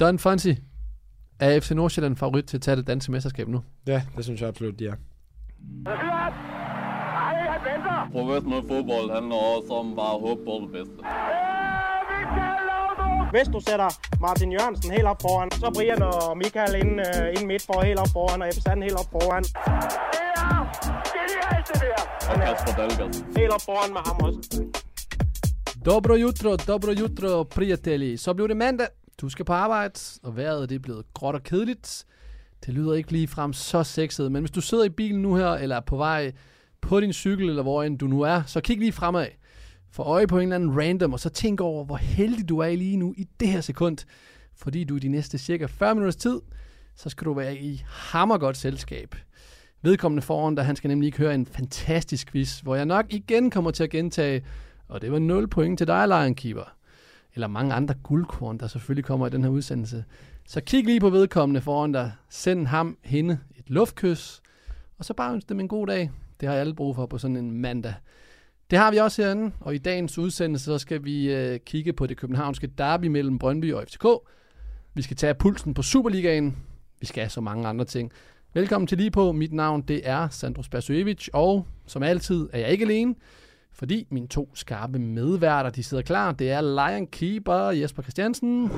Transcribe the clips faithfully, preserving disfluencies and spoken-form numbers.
Don Fonsi, er F C Nordsjælland favorit til at tage det danske mesterskab nu? Ja, det synes jeg absolut, de er. Professionel fodbold handler også om bare at håbe på det bedste. Hvis du sætter Martin Jørgensen helt op foran, så Brian og Michael inden, uh, inden midt for helt op foran, og Ebbe Sand helt op foran. Det er genialt, det der! Og Kasper Dahlgaard. Helt op foran med ham også. Dobro jutro, dobro jutro, prijatelji. Så blev det mandag. Du skal på arbejde, og vejret det er blevet gråt og kedeligt. Det lyder ikke lige frem så sexet, men hvis du sidder i bilen nu her, eller er på vej på din cykel, eller hvor end du nu er, så kig lige fremad. Få øje på en eller anden random, og så tænk over, hvor heldig du er lige nu i det her sekund. Fordi du i de næste cirka fyrre minutters tid, så skal du være i hammergodt selskab. Vedkommende foran, der han skal nemlig ikke høre en fantastisk quiz, hvor jeg nok igen kommer til at gentage, og det var nul point til dig, Lion Keeper. Eller mange andre guldkorn, der selvfølgelig kommer i den her udsendelse. Så kig lige på vedkommende foran dig. Send ham, hende et luftkys. Og så bare ønske dem en god dag. Det har alle brug for på sådan en mandag. Det har vi også herinde. Og i dagens udsendelse, så skal vi øh, kigge på det københavnske derby mellem Brøndby og F C K. Vi skal tage pulsen på Superligaen. Vi skal have så mange andre ting. Velkommen til Lige På. Mit navn, det er Sandro Spasojevic. Og som altid er jeg ikke alene. Fordi mine to skarpe medværter, de sidder klar. Det er Lion Keeper Jesper Christiansen.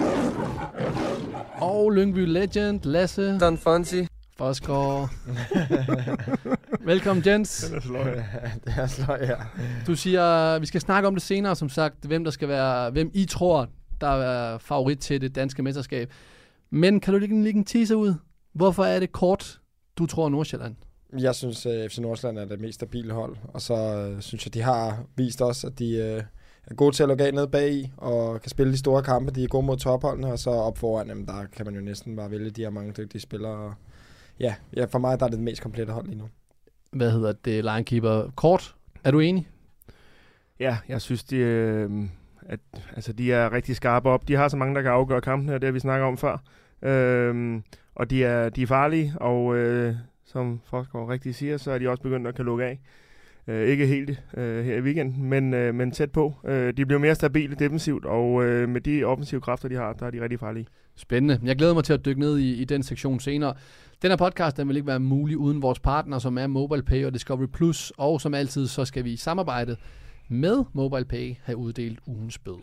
Og Lyngby Legend Lasse Don Fonsi Forsgaard. Velkommen, Jens. Det er sløj. Ja, det er sløj, ja. Du siger, vi skal snakke om det senere, som sagt, hvem der skal være, hvem I tror, der er favorit til det danske mesterskab. Men kan du lægge en teaser ud? Hvorfor er det kort, du tror Nordsjælland? Jeg synes, at F C Nordsjælland er det mest stabile hold, og så uh, synes jeg, de har vist også, at de uh, er gode til at lukke af ned bag i, og kan spille de store kampe. De er gode mod topholdene, og så op foran, jamen, der kan man jo næsten bare vælge, de her mange dygtige spillere. Og ja, ja, for mig der er det det mest komplette hold lige nu. Hvad hedder det, Lion Keeper? Kort, er du enig? Ja, jeg synes, de, øh, at, altså, de er rigtig skarpe op. De har så mange, der kan afgøre kampene, og det har vi snakket om før. Øh, og de er, de er farlige, og øh, som Forsgaard rigtig siger, så er de også begyndt at kan lukke af. Øh, ikke helt øh, her i weekenden, men, øh, men tæt på. Øh, de bliver mere stabile defensivt, og øh, med de offensive kræfter, de har, der er de rigtig farlige. Spændende. Jeg glæder mig til at dykke ned i, i den sektion senere. Den her podcast, den vil ikke være mulig uden vores partner, som er MobilePay og Discovery Plus, og som altid, så skal vi i samarbejde med MobilePay have uddelt ugens bøde.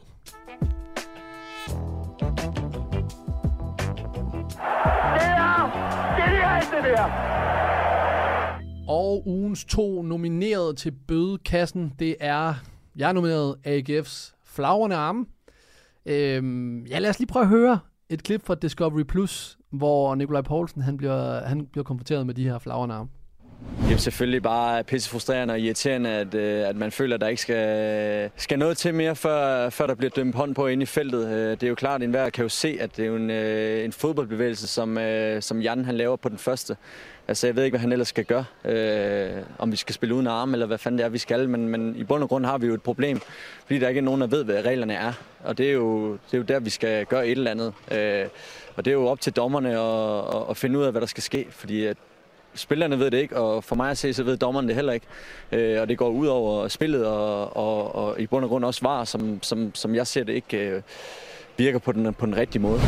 Det der! Og ugens to nomineret til bødekassen, det er, jeg er nomineret A G F's Flagrende Arme. Øhm, ja, lad os lige prøve at høre et klip fra Discovery Plus, hvor Nikolaj Poulsen han bliver, han bliver konfronteret med de her flagrende arme. Det er selvfølgelig bare pisse frustrerende og irriterende, at, at man føler, at der ikke skal, skal noget til mere, før, før der bliver dømt hånd på inde i feltet. Det er jo klart, at enhver kan jo se, at det er en, en fodboldbevægelse, som, som Jan han laver på den første. Altså, jeg ved ikke, hvad han ellers skal gøre. Øh, om vi skal spille uden arme, eller hvad fanden det er, vi skal. Men, men i bund og grund har vi jo et problem, fordi der ikke er nogen, der ved, hvad reglerne er. Og det er jo, det er jo der, vi skal gøre et eller andet. Øh, og det er jo op til dommerne at, at, at finde ud af, hvad der skal ske. Fordi at spillerne ved det ikke, og for mig at se, så ved dommerne det heller ikke. Øh, og det går ud over spillet, og, og, og i bund og grund også var, som, som, som jeg ser det ikke øh, virker på den, på den rigtige måde.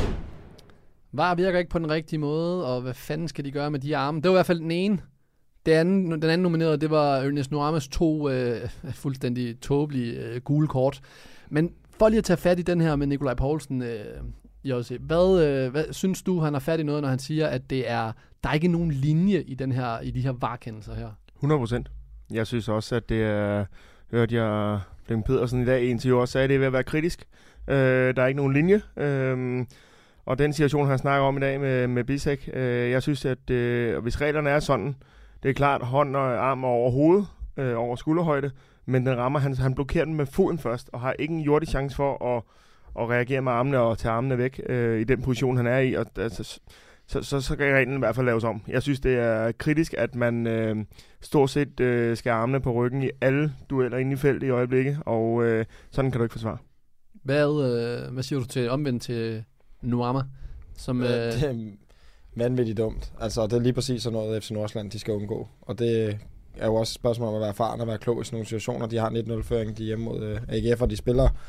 hundrede procent. Jeg synes også, at det er, hørte jeg Flemming Pedersen i dag i interview også sagde, at det er ved at være kritisk. Øh, der er ikke nogen linje. Øh, Og den situation, han snakker om i dag med, med Bisek, øh, jeg synes, at øh, hvis reglerne er sådan, det er klart hånd og arm over hovedet, øh, over skulderhøjde, men den rammer, han, han blokerer den med foden først, og har ikke en jordig chance for at, at reagere med armene og tage armene væk øh, i den position, han er i, og altså, så, så, så kan reglen i hvert fald laves om. Jeg synes, det er kritisk, at man øh, stort set øh, skal armene på ryggen i alle dueller inde i feltet i øjeblikket, og øh, sådan kan du ikke forsvare. Hvad, øh, hvad siger du til omvendt til Nuama? Som, øh... Det er vanvittigt dumt. Altså, det er lige præcis sådan noget, F C Nordsjælland, de skal undgå. Og det er jo også et spørgsmål om at være erfaren og være klog i sådan nogle situationer. De har en et nul-føring, de er hjemme mod øh, A G F, og de spiller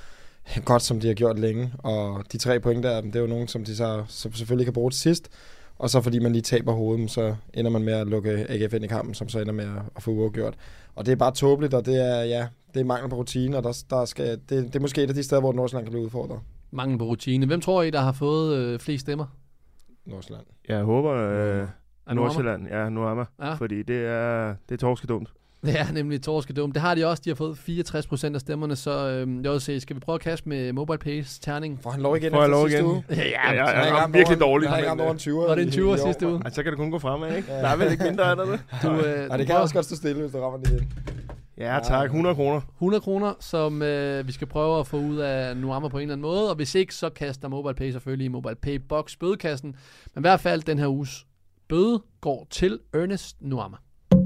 godt, som de har gjort længe. Og de tre point der, det er jo nogen, som de så, så selvfølgelig kan bruge til sidst. Og så fordi man lige taber hovedet, så ender man med at lukke A G F ind i kampen, som så ender med at få uafgjort. Og det er bare tåbeligt, og det er, ja, det er mangel på rutine, og der, der skal, det, det er måske et af de steder, hvor Nordsjælland kan blive udfordret. Mangel på rutine. Hvem tror I, der har fået øh, flest stemmer? Nordsjælland. Jeg håber, øh, Er Nordsjælland, ja, Nuama, Ja. fordi det er, det er torskedumt. Det er nemlig torskedum. Det har de også. De har fået fireogtres procent af stemmerne, så øh, jeg vil se, skal vi prøve at kaste med Mobile Pays terning? Får han lov igen Får jeg efter lov sidste igen? uge? Ja, Ja, ja. ja, Han har ikke ja, ramt virkelig over- dårligt. Han har ikke men, ramt over en tyver. Var det en i- tyver i år, sidste uge? øh, så kan det kun gå fremad, ikke? Ja. Der er vel ikke mindre af det. Du, øh, Og du det kan prøver også godt stå stille, hvis du rammer det igen. Ja, tak. hundrede kroner. hundrede kroner, som øh, vi skal prøve at få ud af Nuama på en eller anden måde. Og hvis ikke, så kaster Mobile Pay selvfølgelig i Mobile Pay Box bødekassen. Men i hvert fald den her uges bøde går til Ernest Nuama.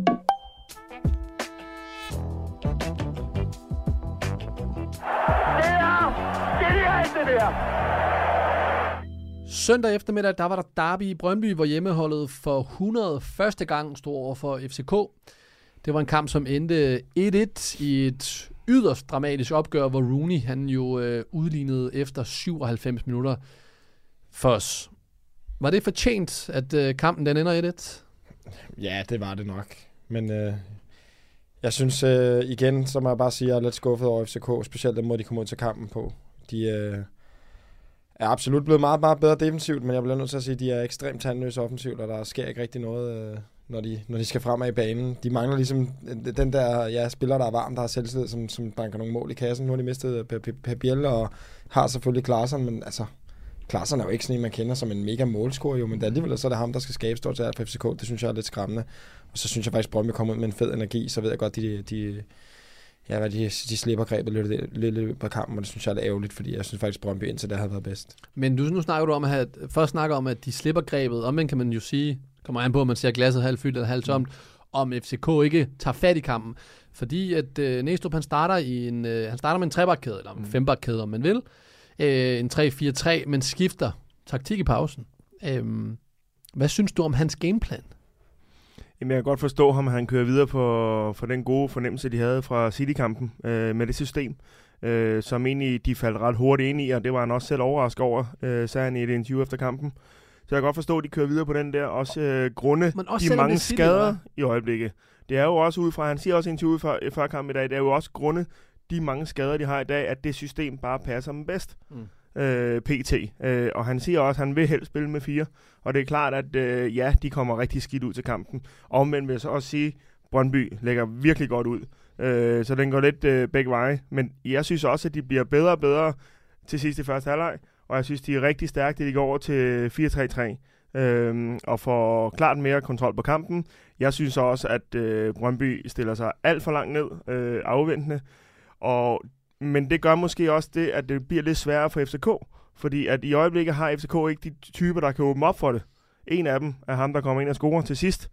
Søndag eftermiddag, der var der derby i Brøndby, hvor hjemmeholdet for hundrede og første gang stod over for F C K. Det var en kamp, som endte et-et i et yderst dramatisk opgør, hvor Rooney han jo øh, udlignede efter syvoghalvfems minutter for os. Var det fortjent, at øh, kampen den ender et-et? Ja, det var det nok. Men øh, jeg synes øh, igen, så må jeg bare sige, at jeg er lidt skuffet over F C K, specielt den måde, de kom ud til kampen på. De øh, er absolut blevet meget, meget bedre defensivt, men jeg bliver nødt til at sige, at de er ekstremt tandløse offensivt, og der sker ikke rigtig noget, øh, når, de, når de skal fremad i banen. De mangler ligesom den der ja, spiller, der er varm, der har selvtillid, som, som banker nogle mål i kassen. Nu har de mistet Pep Biel og har selvfølgelig Klaassen, men altså... Klaassen er jo ikke sådan en, man kender som en mega målscorer, jo, men alligevel så er det ham, der skal skabe stort til alt for F C K. Det synes jeg er lidt skræmmende. Og så synes jeg faktisk, at Brøndby kommer ud med en fed energi, så ved jeg godt, de, de, ja, hvad de, de slipper grebet lidt, lidt, lidt på kampen, og det synes jeg er lidt ærgerligt, fordi jeg synes faktisk, at Brøndby indtil det har været bedst. Men du, nu snakker du om, at først snakker om, at de slipper grebet, og men kan man jo sige, kommer an på, at man ser glasset halvt fyldt eller halvt tomt, om F C K ikke tager fat i kampen. Fordi at øh, Næstrup, han starter i en, øh, han starter med en trebakkæde, eller en mm. fembakkæde, om man vil. Øh, en tre fire tre, men skifter taktik i pausen. Øh, hvad synes du om hans gameplan? Jamen, jeg kan godt forstå ham, at han kører videre på, for den gode fornemmelse, de havde fra City-kampen øh, med det system, øh, som egentlig de faldt ret hurtigt ind i, og det var han også selv overrasket over, øh, sagde han i et interview efter kampen. Så jeg kan godt forstå, at de kører videre på den der, også øh, grunde også de mange City, skader eller? i øjeblikket. Det er jo også ud fra, han siger også i interviewet før, før kampen i dag, det er jo også grunde de mange skader, de har i dag, at det system bare passer dem bedst. Mm. Øh, P T. Øh, og han siger også, at han vil helst spille med fire. Og det er klart, at øh, ja, de kommer rigtig skidt ud til kampen. Omvendt vil jeg så også sige, at Brøndby lægger virkelig godt ud. Øh, så den går lidt øh, begge veje. Men jeg synes også, at de bliver bedre og bedre til sidst i første halvleg. Og jeg synes, de er rigtig stærke, da de går over til fire tre tre. Øh, og får klart mere kontrol på kampen. Jeg synes også, at øh, Brøndby stiller sig alt for langt ned, øh, afventende. Og, men det gør måske også det, at det bliver lidt sværere for F C K. Fordi at i øjeblikket har F C K ikke de typer, der kan åbne op for det. En af dem er ham, der kommer ind og scorer til sidst.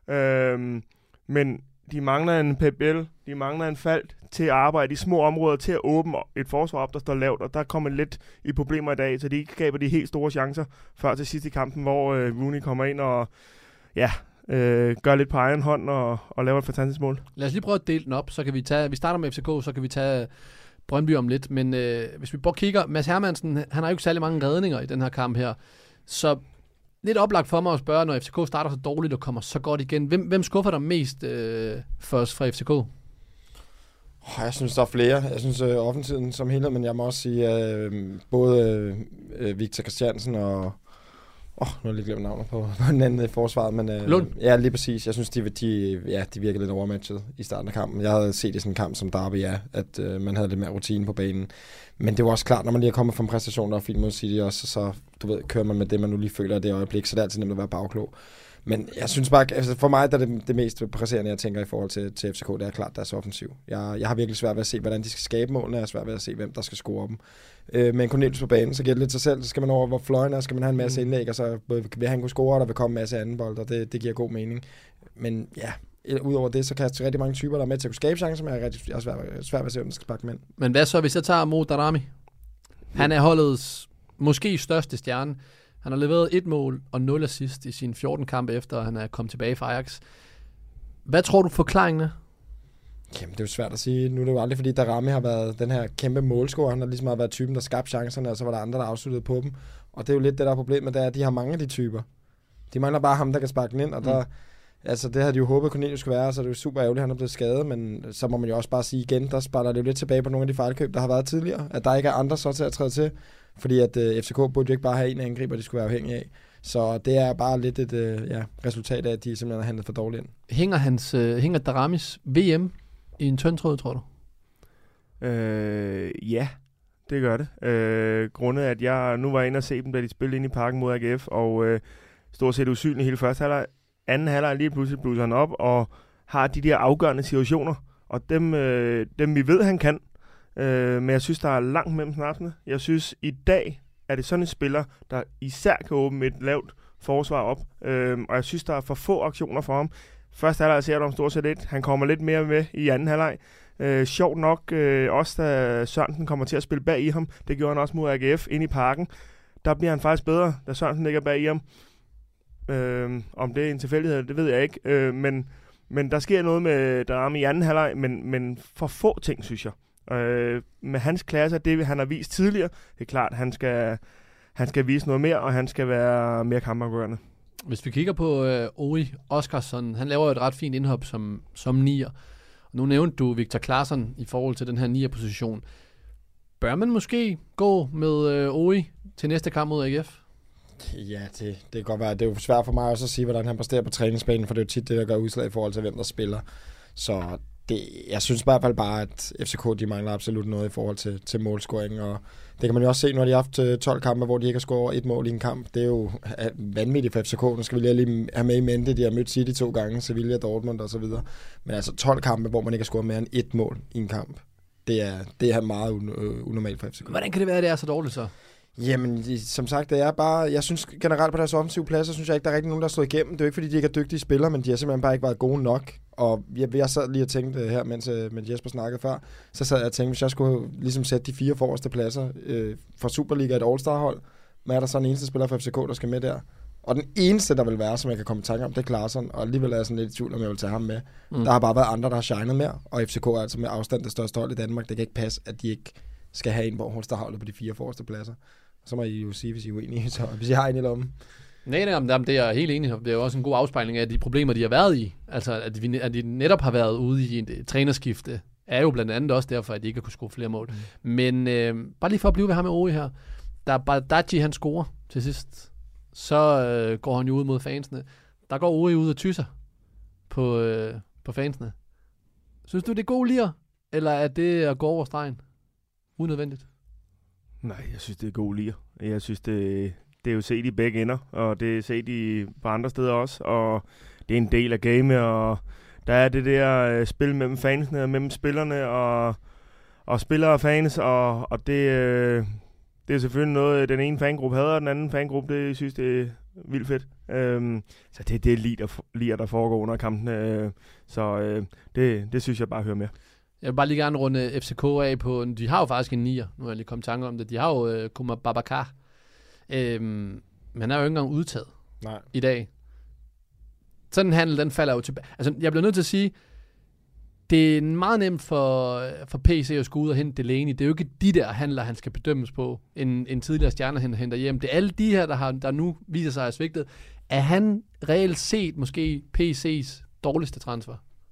Øhm, men de mangler en Pep Biel, de mangler en Falk til at arbejde i små områder, til at åbne et forsvar op, der står lavt. Og der kommer lidt i problemer i dag, så de ikke skaber de helt store chancer før til sidst i kampen, hvor øh, Rooney kommer ind og ja... Øh, gør lidt på egen hånd og, og laver et fantastisk mål. Lad os lige prøve at dele den op, så kan vi tage, vi starter med F C K, så kan vi tage Brøndby om lidt, men øh, hvis vi bare kigger, Mads Hermansen, han har jo ikke særlig mange redninger i den her kamp her, så lidt oplagt for mig at spørge, når F C K starter så dårligt og kommer så godt igen, hvem, hvem skuffer dig mest øh, for os fra F C K? Jeg synes, der er flere. Jeg synes, øh, offensiven som helhed, men jeg må også sige, at øh, både øh, Victor Christiansen og Åh, oh, nu har jeg lige glemt navnet på, på den anden i forsvaret, men... Øh, Lund? Ja, lige præcis. Jeg synes, de, de, ja, de virker lidt overmatchet i starten af kampen. Jeg havde set i sådan en kamp som Derby, ja, at øh, man havde lidt mere rutine på banen. Men det var også klart, når man lige er kommet fra en præstation, der er fint mod City også, så du ved, kører man med det, man nu lige føler i det øjeblik, så det er altid nemt at være bagklog. Men jeg synes bare, altså for mig der er det det mest presserende, jeg tænker i forhold til, til F C K, det er klart deres offensiv. Jeg, jeg har virkelig svært ved at se, hvordan de skal skabe målene, jeg har svært ved at se, hvem der skal score dem. Øh, med en Cornelius på banen, så giver det lidt sig selv, så skal man over, hvor fløjen er, skal man have en masse indlæg, og så vil han kunne score, og der vil komme en masse anden bold, og det, det giver god mening. Men ja, udover det, så kan jeg til rigtig mange typer, der er med til at kunne skabe chancer, men jeg er rigtig jeg er svært, svært ved at se, hvem der skal sparke dem ind. Men hvad så, hvis jeg tager Mo Darami? Han er holdets måske største stjerne. Han har leveret et mål og nul assist i sine fjorten kampe efter, han er kommet tilbage fra Ajax. Hvad tror du forklaringen er? Jamen, det er jo svært at sige. Nu er det jo aldrig, fordi Darami har været den her kæmpe målscorer. Han har ligesom været typen, der skabte chancerne, og så var der andre, der afsluttede på dem. Og det er jo lidt det, der er problemet, det er, at de har mange af de typer. De mangler bare ham, der kan sparke den ind, og der, mm. altså, det havde de jo håbet, Cornelius skulle være, så det er jo super ærgerligt, at han er blevet skadet, men så må man jo også bare sige igen, der spiller det jo lidt tilbage på nogle af de fejlkøb, der har været tidligere, at der ikke er andre så til at træde til, fordi at uh, F C K burde jo ikke bare have en angriber, de skulle være afhængige af. Så det er bare lidt et uh, ja, resultat af, at de simpelthen har handlet for dårligt ind. Hænger, hans, uh, hænger Daramis V M i en tynd tråd, tror du? Øh, ja, det gør det. Øh, grundet at jeg nu var inde og se dem, da de spillede ind i parken mod A G F, og øh, stort set usynlig hele første halvleg. Anden halvleg lige pludselig blusser han op og har de der afgørende situationer, og dem, øh, dem vi ved, han kan. Øh, men jeg synes, der er langt mellem snapsene. Jeg synes, i dag er det sådan en spiller, der især kan åbne et lavt forsvar op, øh, og jeg synes, der er for få aktioner for ham. Første halvleg ser du om stort set lidt. Han kommer lidt mere med i anden halvleg. Øh, sjovt nok, øh, også da Sørensen kommer til at spille bag i ham, det gjorde han også mod A G F ind i parken, der bliver han faktisk bedre, da Sørensen ligger bag i ham. Øh, om det er en tilfældighed, det ved jeg ikke, øh, men, men der sker noget med Darami i anden halvleg, men, men for få ting, synes jeg. Øh, med hans klasse, det han har vist tidligere, det er klart, han skal, han skal vise noget mere, og han skal være mere kampafgørende. Hvis vi kigger på øh, Ori Oskarsson, han laver jo et ret fint indhop som, som nier. Nu nævnte du Victor Claesson i forhold til den her nier-position. Bør man måske gå med øh, Ori til næste kamp mod A G F? Ja, det, det kan godt være. Det er jo svært for mig også at sige, hvordan han præsterer på træningsbanen, for det er jo tit det, der gør udslag i forhold til, hvem der spiller. Så det, jeg synes i hvert fald bare, at F C K de mangler absolut noget i forhold til, til målscoring, og det kan man jo også se, når de har haft tolv kampe, hvor de ikke har scoret over et mål i en kamp. Det er jo vanvittigt for F C K. Nu skal vi lige have med i mente, de har mødt City to gange, Sevilla, Dortmund og så videre. Men altså tolv kampe, hvor man ikke har scoret mere end et mål i en kamp, det er, det er meget unormalt for F C K. Hvordan kan det være, at det er så dårligt så? Jamen, som sagt, det er bare, jeg synes generelt på deres offensive pladser, synes jeg ikke, der er rigtig nogen, der har stået igennem. Det er jo ikke, fordi de ikke er dygtige spillere, men de har simpelthen bare ikke været gode nok. Og jeg, jeg sad lige og tænkte her, mens med Jesper snakkede før, så sad jeg og tænkte, hvis jeg skulle ligesom sætte de fire forreste pladser øh, fra Superliga, et All-Star-hold, men er der så en eneste spiller fra F C K, der skal med der? Og den eneste, der vil være, som jeg kan komme i tanke om, det er Claesson, og alligevel er jeg sådan lidt i tvivl, om jeg vil tage ham med. Mm. Der har bare været andre, der har shined mere, og F C K er altså med afstand det største hold i Danmark. Det kan ikke passe, at de ikke skal have en på All-Star-holdet på de fire forreste pladser. Så må I jo sige, hvis I er uenige, så hvis I har en i lommen. Nej, nej, det er jeg helt enig om. Det er jo også en god afspejling af de problemer, de har været i. Altså, at de, at de netop har været ude i et trænerskifte, er jo blandt andet også derfor, at de ikke har kunne score flere mål. Mm. Men øh, bare lige for at blive ved ham med Ori her. Der Badaji, han scorer til sidst. Så øh, går han jo ud mod fansene. Der går Ori ud og tysser på, øh, på fansene. Synes du, det er god lir? Eller er det at gå over stregen? Unødvendigt? Nej, jeg synes, det er god lir. Jeg synes, det, det er jo set i begge ender, og det er set i, på andre steder også, og det er en del af gamet, og der er det der uh, spil mellem fansene og mellem spillerne, og, og spillere og fans, og, og det, uh, det er selvfølgelig noget, den ene fangruppe hader, og den anden fangruppe, det synes, det er vildt fedt. Um, så det, det er lige der, lige der foregår under kampene, uh, så uh, det, det synes jeg bare hører med. Jeg vil bare lige gerne runde F C K af på, de har jo faktisk en nier, nu er jeg lige kommet i tanke om det, de har jo uh, Kumar Babakar, øhm, men han er jo ikke engang udtaget Nej. i dag. Sådan en handel, den falder jo tilbage. Altså, jeg bliver nødt til at sige, det er meget nemt for, for P C at skulle ud og hente Delaney. Det er jo ikke de der handler, han skal bedømmes på, en, en tidligere stjerne, han henter hjem. Det er alle de her, der, har, der nu viser sig at have svigtet. Er han reelt set måske P C's dårligste transfer?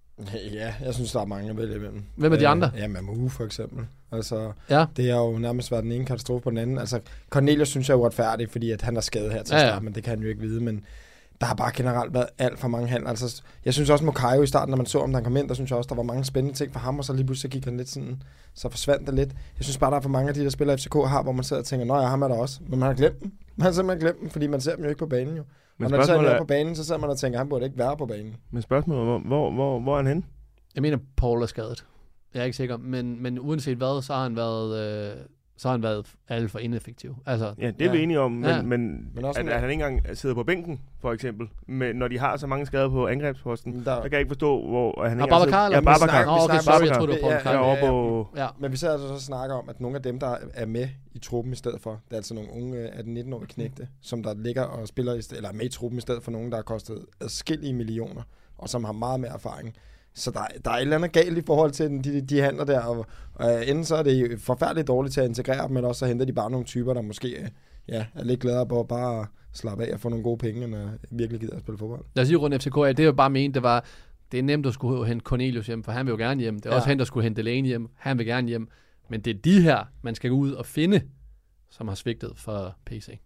Ja, jeg synes, der er mange at vælge imellem. Hvem er de andre? Ja, Mamu for eksempel. Altså, ja. Det har jo nærmest været den ene katastrofe på den anden. Altså, Cornelius synes jeg er uretfærdig, fordi at han er skadet her til ja, start, ja. men det kan han jo ikke vide. Men der har bare generelt været alt for mange handler. Altså, jeg synes også, Mokayo i starten, når man så, om han kom ind, der synes jeg også, der var mange spændende ting for ham, og så lige pludselig gik han lidt sådan, så forsvandt det lidt. Jeg synes bare, der er for mange af de, der spiller F C K har, hvor man sidder og tænker, nå ja, ham er der også. Men man har glemt dem. Man har simpelthen glemt dem, fordi man ser dem jo ikke på banen jo. Men og når man ser dem er... på banen, så sidder man og tænker, han burde ikke være på banen. Men spørgsmålet er, hvor, hvor, hvor, hvor er han henne? Jeg mener, Paul er skadet. Jeg er ikke sikker, men, men uanset hvad, så har han været, øh, så har han været alt for ineffektiv. Altså, ja, det er ja. vi enige om, men, ja. men, men også at, at han ikke engang sidder på bænken, for eksempel. Men når de har så mange skader på angrebsposten, der, der kan jeg ikke forstå, hvor han ikke engang sidder. Ja, Babacar. Nå, okay, sorry, jeg troede, det var Paul. Ja, ja, på... ja. Men vi sidder altså så og snakker om, at nogle af dem, der er med i truppen i stedet for, det er altså nogle unge atten-nitten-årige knægte, som der ligger og spiller, i sted, eller er med i truppen i stedet for nogen, der har kostet adskillige millioner, og som har meget mere erfaring. Så der, der er et eller andet galt i forhold til den, de, de handler der, og, og enten så er det forfærdeligt dårligt til at integrere dem, men også så henter de bare nogle typer, der måske ja, er lidt gladere på at bare slappe af og få nogle gode penge, end at virkelig gider at spille fodbold. Lad os sige rundt F C K, det er jo bare ment, det var, det er nemt at skulle hente Cornelius hjem, for han vil jo gerne hjem. Det er ja. også hent, der skulle hente Delaney hjem, han vil gerne hjem. Men det er de her, man skal gå ud og finde, som har svigtet for P C.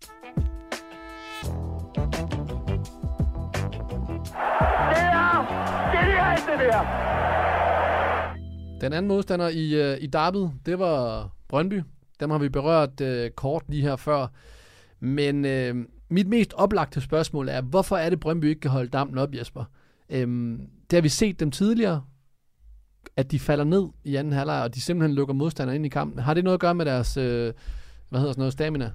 Den anden modstander i, uh, i derbyet, det var Brøndby. Dem har vi berørt uh, kort lige her før. Men uh, mit mest oplagte spørgsmål er, hvorfor er det Brøndby ikke kan holde dampen op, Jesper? Um, det har vi set dem tidligere, at de falder ned i anden halvleg, og de simpelthen lukker modstandere ind i kampen. Har det noget at gøre med deres, uh, hvad hedder sådan noget, stamina?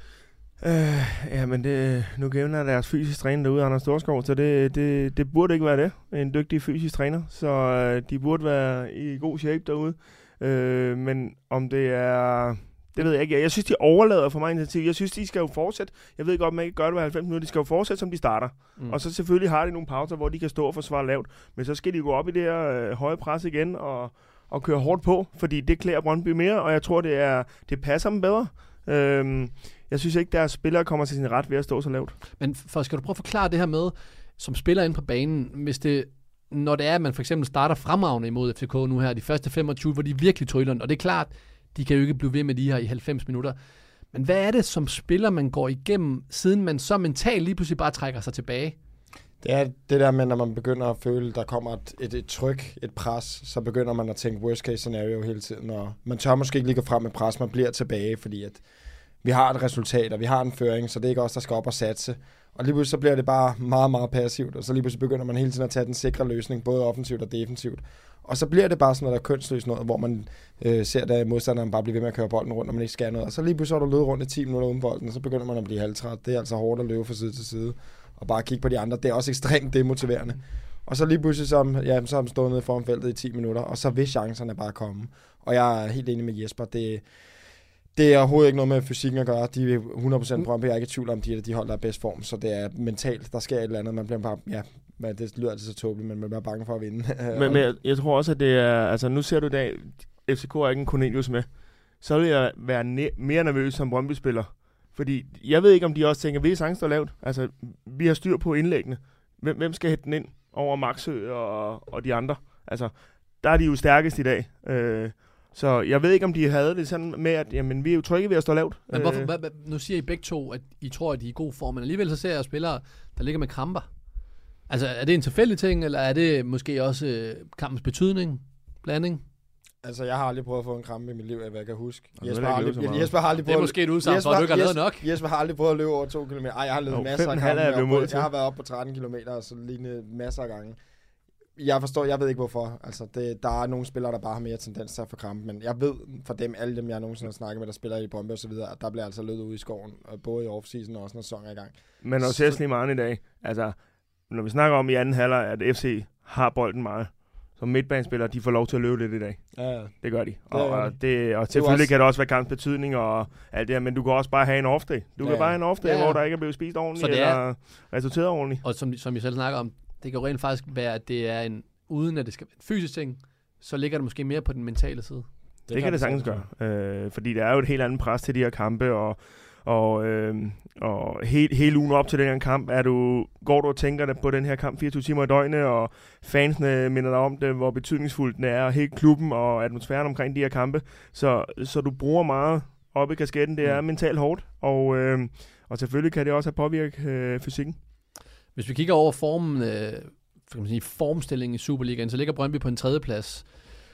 Øh, ja, men det, nu gævner deres fysisk træner derude, Anders Storskov, så det, det, det burde ikke være det, en dygtig fysisk træner, så øh, de burde være i god shape derude, øh, men om det er, det ved jeg ikke, jeg synes, de overlader for mig initiativ, jeg synes, de skal jo fortsætte, jeg ved godt, at man ikke gør det hver halvfems minutter, de skal jo fortsætte, som de starter, mm. og så selvfølgelig har de nogle pauser, hvor de kan stå og forsvare lavt, men så skal de gå op i det her øh, høje pres igen, og, og køre hårdt på, fordi det klæder Brøndby mere, og jeg tror, det, er, det passer dem bedre. Øh, Jeg synes ikke, deres spillere kommer til sin ret ved at stå så lavt. Men for, skal du prøve at forklare det her med, som spiller ind på banen, hvis det, når det er, at man for eksempel starter fremragende imod F C K nu her, de første femogtyve, hvor de virkelig tryller, og det er klart, de kan jo ikke blive ved med de her i halvfems minutter. Men hvad er det som spiller, man går igennem, siden man så mentalt lige pludselig bare trækker sig tilbage? Det er det der med, når man begynder at føle, der kommer et, et, et tryk, et pres, så begynder man at tænke worst case scenario hele tiden, og man tør måske ikke lige gå frem med pres, man bliver tilbage, fordi at vi har et resultat, og vi har en føring, så det er ikke os, der skal op og satse. Og lige pludselig så bliver det bare meget, meget passivt, og så lige pludselig begynder man hele tiden at tage den sikre løsning, både offensivt og defensivt. Og så bliver det bare sådan noget, der er kønsløst noget, hvor man øh, ser, at modstanderen bare bliver ved med at køre bolden rundt, og man ikke skal noget. Og så lige pludselig er du løbet rundt i ti minutter uden bolden, og så begynder man at blive halvtræt. Det er altså hårdt at løbe fra side til side, og bare kigge på de andre. Det er også ekstremt demotiverende. Og så lige pludselig så, ja, så har man stået nede foran feltet i ti minutter, og så vil chancerne bare komme. Og jeg er helt enig med Jesper, det Det er overhovedet ikke noget med fysikken at gøre. De er hundrede procent Brøndby. Jeg er ikke i tvivl om, de er de hold, der er bedst form. Så det er mentalt, der sker et eller andet. Man bliver bare, ja, det lyder altid så tåbeligt, men man bliver bange for at vinde. men, men jeg, jeg tror også, at det er, altså nu ser du i dag, F C K er ikke en Cornelius med. Så vil jeg være ne- mere nervøs som Brøndby-spiller. Fordi jeg ved ikke, om de også tænker, vi er sagtens, der er lavt. Altså, vi har styr på indlæggene. Hvem, hvem skal hætte den ind over Maxø og, og de andre? Altså, der er de jo stærkest i dag. Øh, Så jeg ved ikke, om de havde det sådan med, at jamen, vi er jo trygge ved at stå lavt. Men hvorfor, hva, hva, nu siger I begge to, at I tror, at de er i god form, men alligevel så ser jeg spillere, der ligger med kramper. Altså, er det en tilfældig ting, eller er det måske også øh, kampens betydning, blanding? Altså, jeg har aldrig prøvet at få en krampe i mit liv, hvad jeg kan huske. Jesper har, aldrig, Jesper har aldrig prøvet... Det er måske et udsagn, for at du ikke har lavet nok. Jesper har aldrig prøvet at løbe over to kilometer. Ej, jeg har løbet jo, masser af kampe. Jeg, jeg har været oppe på tretten kilometer, og så lignende masser af gange. Jeg forstår, jeg ved ikke hvorfor. Altså, det, der er nogle spillere, der bare har mere tendens til at få krampe, men jeg ved fra dem, alle dem, jeg nogensinde har snakket med, der spiller i Brøndby og så videre, at der bliver altså løbet ude i skoven, både i off-season og også når sæsonen er i gang. Men også Hesli meget i dag. Altså, når vi snakker om i anden halvleg, at F C har bolden meget, som midtbanespillere, de får lov til at løbe lidt i dag. Ja, ja. Det gør de. Det og, og, det, og selvfølgelig også... kan det også være kampens betydning og alt det her, men du kan også bare have en off-day. Du ja, kan bare have en off-day, ja, ja. hvor der ikke er blevet spist ordentligt er... eller resulteret ordentligt. Og som, som I selv snakker om, det kan jo rent faktisk være, at det er en, uden at det skal være en fysisk ting, så ligger det måske mere på den mentale side. Det, det kan, kan det sagtens gøre, øh, fordi der er jo et helt andet pres til de her kampe, og, og, øh, og hele, hele ugen op til den her kamp, er du, går du og tænker på den her kamp fireogtyve timer i døgnet, og fansene minder dig om det, hvor betydningsfuldt den er, og hele klubben og atmosfæren omkring de her kampe, så, så du bruger meget op i kasketten, det er mm. mentalt hårdt, og, øh, og selvfølgelig kan det også have påvirket øh, fysikken. Hvis vi kigger over formen, øh, kan man sige, formstillingen i Superligaen, så ligger Brøndby på en tredje plads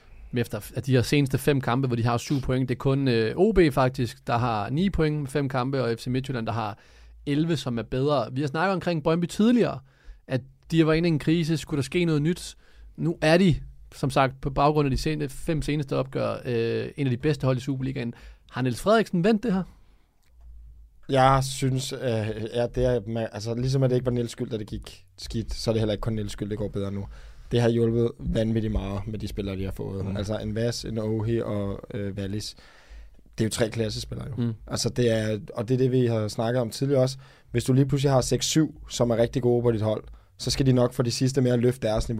efter at de her seneste fem kampe, hvor de har syv point. Det er kun øh, O B faktisk, der har ni point med fem kampe, og F C Midtjylland, der har elleve, som er bedre. Vi har snakket omkring Brøndby tidligere, at de var inde i en krise, skulle der ske noget nyt. Nu er de, som sagt, på baggrund af de seneste, fem seneste opgør, øh, en af de bedste hold i Superligaen. Har Niels Frederiksen vendt det her? Jeg synes, øh, ja, det er, med, altså ligesom at det ikke var Niels skyld, da det gik skidt, så er det heller ikke kun Niels skyld, det går bedre nu. Det har hjulpet vanvittigt meget med de spillere, de har fået. Mm. Altså en Vas, en Ohi og øh, Wallis. Det er jo tre klassespillere jo. Mm. Altså det er, og det er det, vi har snakket om tidligere også. Hvis du lige pludselig har seks syv, som er rigtig gode på dit hold, så skal de nok få de sidste med at løfte deres niveau.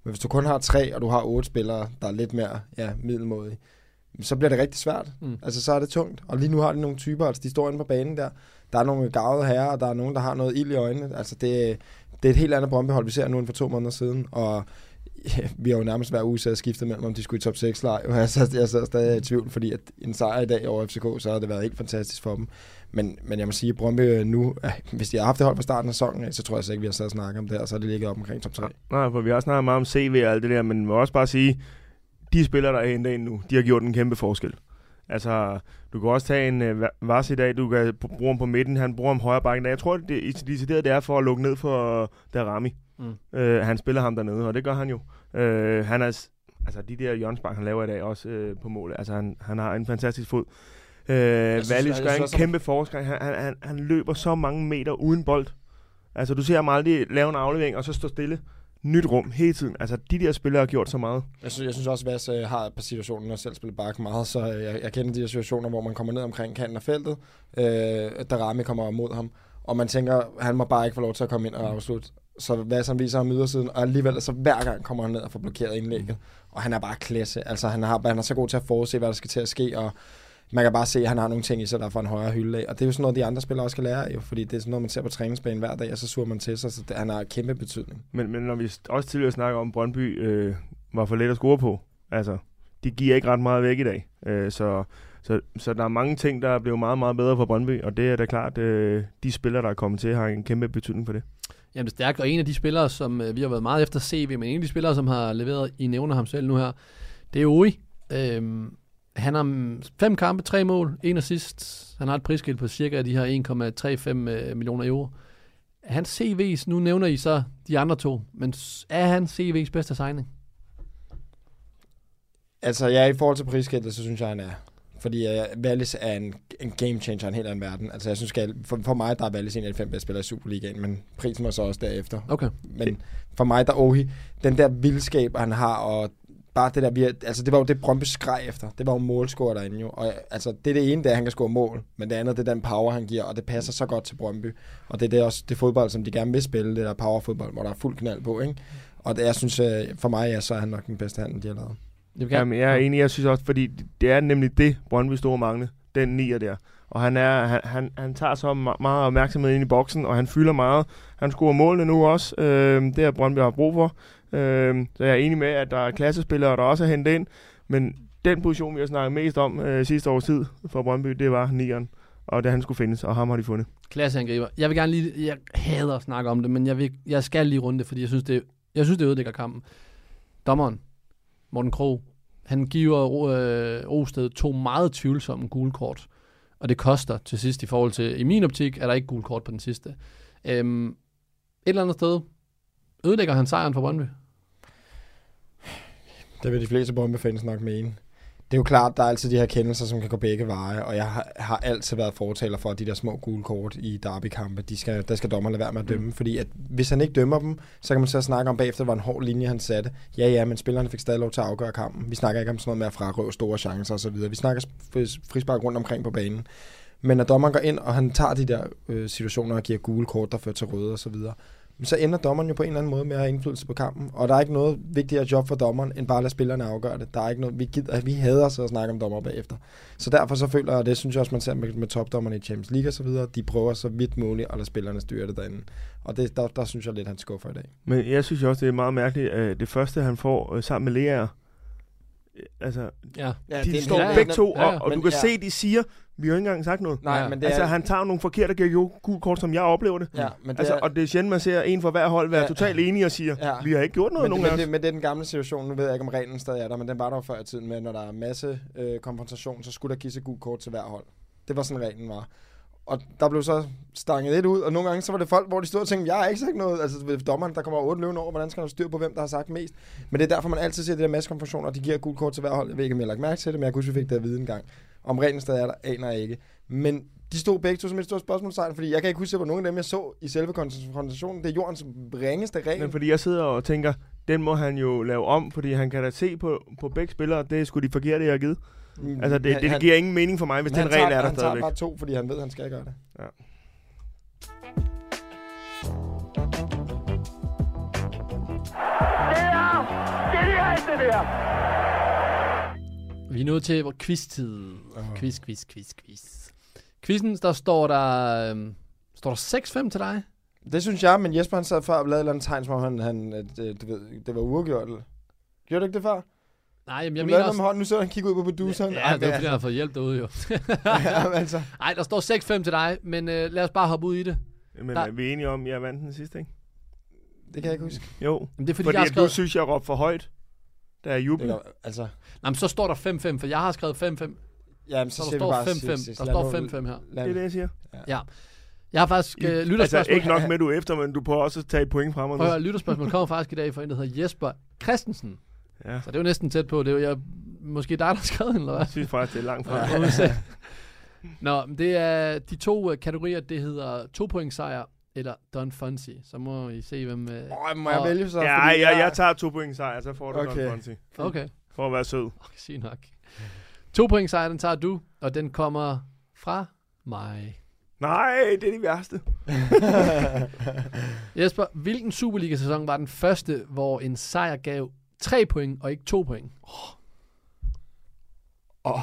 Men hvis du kun har tre, og du har otte spillere, der er lidt mere ja, middelmådige, så bliver det rigtig svært. Mm. Altså, så er det tungt. Og lige nu har de nogle typer, altså de står inde på banen der. Der er nogle garvede herrer, og der er nogen, der har noget ild i øjnene. Altså, det, det er et helt andet Brøndby-hold, vi ser nu end for to måneder siden. Og ja, vi har jo nærmest hver uge så skiftet mellem, om de skulle i top seks leg. Jeg sidder stadig i tvivl, fordi at en sejr i dag over F C K, så har det været helt fantastisk for dem. Men, men jeg må sige, at Brøndby nu, hvis de har haft det hold fra starten af sæsonen, så tror jeg så ikke, vi har stadig snakket om det her, så er det ligget op omkring top tre. Nej, for vi har snakket meget om C V og alt det der, men må også bare sige, de spillere, der er hentet ind nu, de har gjort en kæmpe forskel. Altså, du kan også tage en uh, Vars i dag, du kan bruge ham på midten, han bruger ham højre bakken. Jeg tror, det decideret det er for at lukke ned for uh, Darami. Mm. Uh, han spiller ham dernede, og det gør han jo. Uh, han er, altså de der hjørnespark, han laver i dag også uh, på målet, altså han, han har en fantastisk fod. Uh, Wallis gør en kæmpe forskel. Han, han, han, han løber så mange meter uden bold. Altså, du ser ham aldrig lave en aflevering, og så stå stille. Nyt rum hele tiden. Altså, de der spillere har gjort så meget. Jeg synes, jeg synes også, at Vas øh, har et par situationer, når selv spiller bak meget, så jeg, jeg kender de her situationer, hvor man kommer ned omkring kanten af feltet, øh, Darami kommer mod ham, og man tænker, han må bare ikke få lov til at komme ind og afslutte. Så Vas han viser ham ydersiden, og alligevel så hver gang kommer han ned og får blokeret indlægget. Og han er bare klasse. Altså, han, har, han er så god til at forudse, hvad der skal til at ske, og man kan bare se, at han har nogle ting i sig, der får en højere hylde af. Og det er jo sådan noget, de andre spillere også skal lære, jo, fordi det er sådan noget, man ser på træningsbanen hver dag, og så suger man til sig, så det, han har kæmpe betydning. Men, men når vi også tidligere snakker om, Brøndby øh, var for let at score på, altså, de giver ikke ret meget væk i dag. Øh, så, så, så der er mange ting, der er blevet meget, meget bedre for Brøndby, og det er da klart, øh, de spillere, der er kommet til, har en kæmpe betydning for det. Jamen det er stærkt, og en af de spillere, som øh, vi har været meget efter C V, men en af de spillere, som har leveret, I nævner ham selv nu her, det er Uri. Øhm, Han har fem kampe, tre mål, en assist. Han har et prisskilt på cirka de her en komma tredive millioner euro. Hans C V's, nu nævner I så de andre to, men er han C V's bedste signing? Altså, ja, i forhold til prisskiltet, så synes jeg, han er. Fordi uh, Wallis er en, en game changer i en helt anden verden. Altså, jeg synes, for, for mig, der er Wallis en af de fem bedste spillere i Superligaen, men prisen var så også derefter. Okay. Men for mig, der Ohi, den der vildskab, han har, og bare det der, vi, altså det var jo det Brøndby skreg efter. Det var jo målscorer derinde jo. Og altså det er det ene, det er, at han kan score mål. Men det andet, det er den power, han giver. Og det passer så godt til Brøndby. Og det er det også det fodbold, som de gerne vil spille. Det der powerfodbold, hvor der er fuld knald på, ikke? Og det, jeg synes, for mig, ja, så er han nok den bedste handel, de har lavet. Jamen, jeg er enig, jeg synes også, fordi det er nemlig det, Brøndby store mangle. Den nier der. Og han, er, han, han, han tager så meget opmærksomhed ind i boksen, og han fylder meget. Han scorer målene nu også. Øh, det er Brøndby har brug for. Øh, så jeg er enig med, at der er klassespillere, der også er hentet ind. Men den position, vi har snakket mest om øh, sidste års tid for Brøndby, det var nieren. Og det han skulle findes, og ham har de fundet. Klasseangriber. Jeg vil gerne lige, jeg hader at snakke om det, men jeg, vil, jeg skal lige runde det, fordi jeg synes, det, jeg synes, det ødelægger kampen. Dommeren, Morten Krog, han giver øh, Osted to meget tvivlsomme gule kort. Og det koster til sidst i forhold til, i min optik, er der ikke gul kort på den sidste. Øhm, et eller andet sted, ødelægger han sejren for Brøndby? Det vil de fleste Brøndby-fans nok mene. Det er jo klart, der er altid de her kendelser, som kan gå begge veje, og jeg har, har altid været fortaler for, at de der små gule kort i derbykampe, de skal, der skal dommerne lade være med at dømme, mm. fordi at hvis han ikke dømmer dem, så kan man så snakke om bagefter, hvor en hård linje han satte. Ja, ja, men spillerne fik stadig lov til at afgøre kampen. Vi snakker ikke om sådan noget med at frarøve store chancer osv. Vi snakker frispark rundt omkring på banen. Men når dommeren går ind, og han tager de der øh, situationer og giver gule kort, der fører til røde osv., så ender dommeren jo på en eller anden måde med at have indflydelse på kampen. Og der er ikke noget vigtigere job for dommeren, end bare at lade spillerne afgøre det. Der er ikke noget, vi, gider, vi hader så at snakke om dommer bagefter. Så derfor så føler jeg, og det synes jeg også, man ser med, med topdommerne i Champions League og så videre, de prøver så vidt muligt at lade spillerne styre det derinde. Og det, der, der synes jeg lidt, han skuffer i dag. Men jeg synes også, det er meget mærkeligt, at det første, han får øh, sammen med Lea, altså, ja. de ja, står ja, begge to, ja, ja. og, og du kan ja. se, de siger, vi har jo ikke engang sagt noget. Nej, ja. men det altså, er... han tager nogle forkerte gul kort, som jeg oplever det. Ja, men det altså, er... Og det er sjældent, man ser en for hver hold være ja. totalt enige og siger, ja. vi har ikke gjort noget, men, nogen men, af os. Det, men det er den gamle situation, nu ved jeg ikke, om reglen stadig er der, men den var der jo før i tiden med, når der er masse øh, konfrontation, så skulle der gives et gult kort til hver hold. Det var sådan, reglen var. Og der blev så stanget lidt ud, og nogle gange så var det folk, hvor de stod og tænkte, jeg har ikke sagt noget. Altså ved dommeren, der kommer otte løvende over, hvordan skal han styr på, hvem der har sagt mest. Men det er derfor, man altid ser det der masse konfrontationer, og de giver gult kort til hver hold. Jeg ved ikke, om jeg har lagt mærke til det, men jeg kunne huske, vi fik det at vide en gang. Om reglen stadig er der, aner jeg ikke. Men de stod begge to som et stort spørgsmålstegn, fordi jeg kan ikke huske, hvor nogen af dem, jeg så i selve konfrontationen, det er jordens ringeste regel. Men fordi jeg sidder og tænker, den må han jo lave om, fordi han kan da se på, på begge spillere, det er sgu de forkerte, jeg har givet. Mm, altså, det, han, det giver ingen mening for mig, hvis den regel er der han stadigvæk. Han tager bare to, fordi han ved, at han skal gøre det. Ja. Det er der. Vi er nået til vores quiz-tid. Quiz, quiz, quiz, quiz. Quizzen, der står der, øhm, står der seks fem til dig. Det synes jeg, men Jesper han sad før og lavede et eller andet tegn, som om han, han at, øh, du ved, det var uafgjort. Eller? Gjorde du ikke det før? Nej, jamen, jeg Du mener lavede også... med hånden, nu så han kigge ud på produceren. Ja, det er fordi, han har fået hjælp derude jo. Ja, altså. Nej, der står seks fem til dig, men øh, lad os bare hoppe ud i det. Men Der- er vi enige om, at jeg vandt den sidste, ikke? Det kan jeg ikke huske. Jo. Men det er fordi, Fordi jeg har at du skrevet... synes, jeg råbte for højt, da jeg Det jublede. kan, altså, Nå, men så står der fem fem, for jeg har skrevet fem fem. jamen, Så så der siger vi står bare fem fem. sidst, sidst. Der Lad står nu- fem fem her. lad- Det er det, jeg siger. Ja. Jeg har faktisk øh, Altså, lytterspørgsmål. ikke nok med, du er efter, men du prøver også at tage et point fra mig. Prøv at nu. høre, lytterspørgsmål kommer faktisk i dag fra en, der hedder Jesper Christensen. Ja. Så det er jo næsten tæt på. Det er jo jeg, måske dig, der har skrevet den, eller hvad? Jeg synes faktisk, det er langt fra. Ja. Nå, men det er de to øh, kategorier, det hedder to point sejr eller Don Fonsi. Så må I se, hvem... Øh... Åh, må jeg Og- vælge så? Ja, Fordi jeg, jeg tager to point sejr, så får du Okay. Don Fonsi. Okay, For at være sød. okay, sig nok. To point sejr, den tager du, og den kommer fra mig. Nej, det er de værste. Jesper, hvilken Superliga-sæson var den første, hvor en sejr gav tre point og ikke to point? Åh,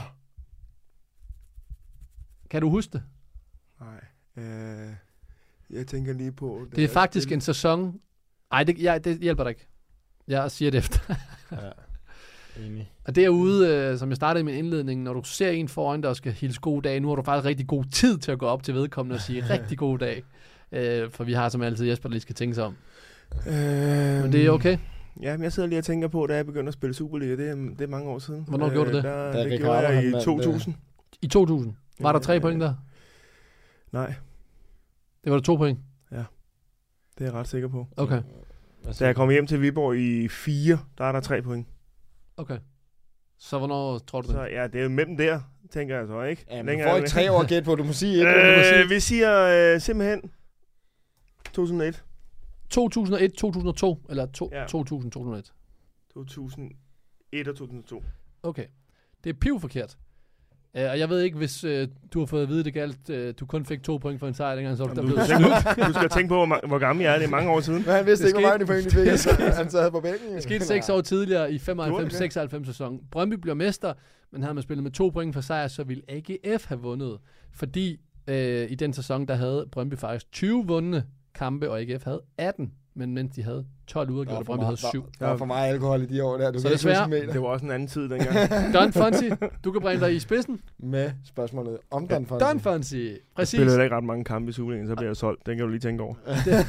Kan du huske det? Nej. Øh, jeg tænker lige på... Det er faktisk en sæson... Nej, det, ja, det hjælper dig ikke. Jeg siger det efter. ja. Enig. Og derude, øh, som jeg startede i min indledning, når du ser en foran dig og skal hilse god dag, nu har du faktisk rigtig god tid til at gå op til vedkommende og sige rigtig god dag. Øh, for vi har som altid Jesper, der lige skal tænke sig om. Øh, Men det er okay. Ja, men jeg sidder lige og tænker på, da jeg begyndte at spille Superliga, det er, det er mange år siden. Hvornår gjorde du det? Der, Da det Ricardo, gjorde jeg han i vandt, to tusind. I to tusind. Var der tre Øh, point der? Nej, Det var der to point. det er jeg ret sikker på. Okay. Da jeg kom hjem til Viborg i fire, der er der tre point. Okay. Så hvornår tror du det? Så ja, det er jo mellem der, tænker jeg så, ikke? Ja, men Længere du får end ikke det. tre år gæt på, du må sige et. du må sige. Øh, vi siger øh, simpelthen to tusind og et. to tusind og et, to tusind og to, eller to, Ja. to tusind, to tusind og et. to tusind og et og to tusind og to. Okay. Det er pivforkert. Uh, og jeg ved ikke, hvis uh, du har fået at vide det galt, uh, du kun fik to point for en sejr, dengang så var der Du, blevet skal tænke, du skal tænke på, hvor, ma- hvor gammel jeg er. Det er mange år siden. Men han vidste Det ikke, hvor skete- mange de point de fik. Han sad på bænken. Det skete seks år tidligere i femoghalvfems det? seksoghalvfems sæson. Brøndby bliver mester, men havde man spillet med to point for sejr, så ville A G F have vundet. Fordi øh, i den sæson, der havde Brøndby faktisk tyve vundne kampe, og A G F havde atten. Men mens de havde tolv uafgjorte, og Brøndby havde syv. Der var for meget alkohol i de år der. Du Så kan ikke desværre- huske meter. Det var også en anden tid dengang. Don Fonsi, du kan bringe dig i spidsen. Med spørgsmålet om Don Fonsi. Don Fonsi, Jeg præcis. spillede ikke ret mange kampe i Superligaen, så bliver jeg solgt. Den kan du lige tænke over.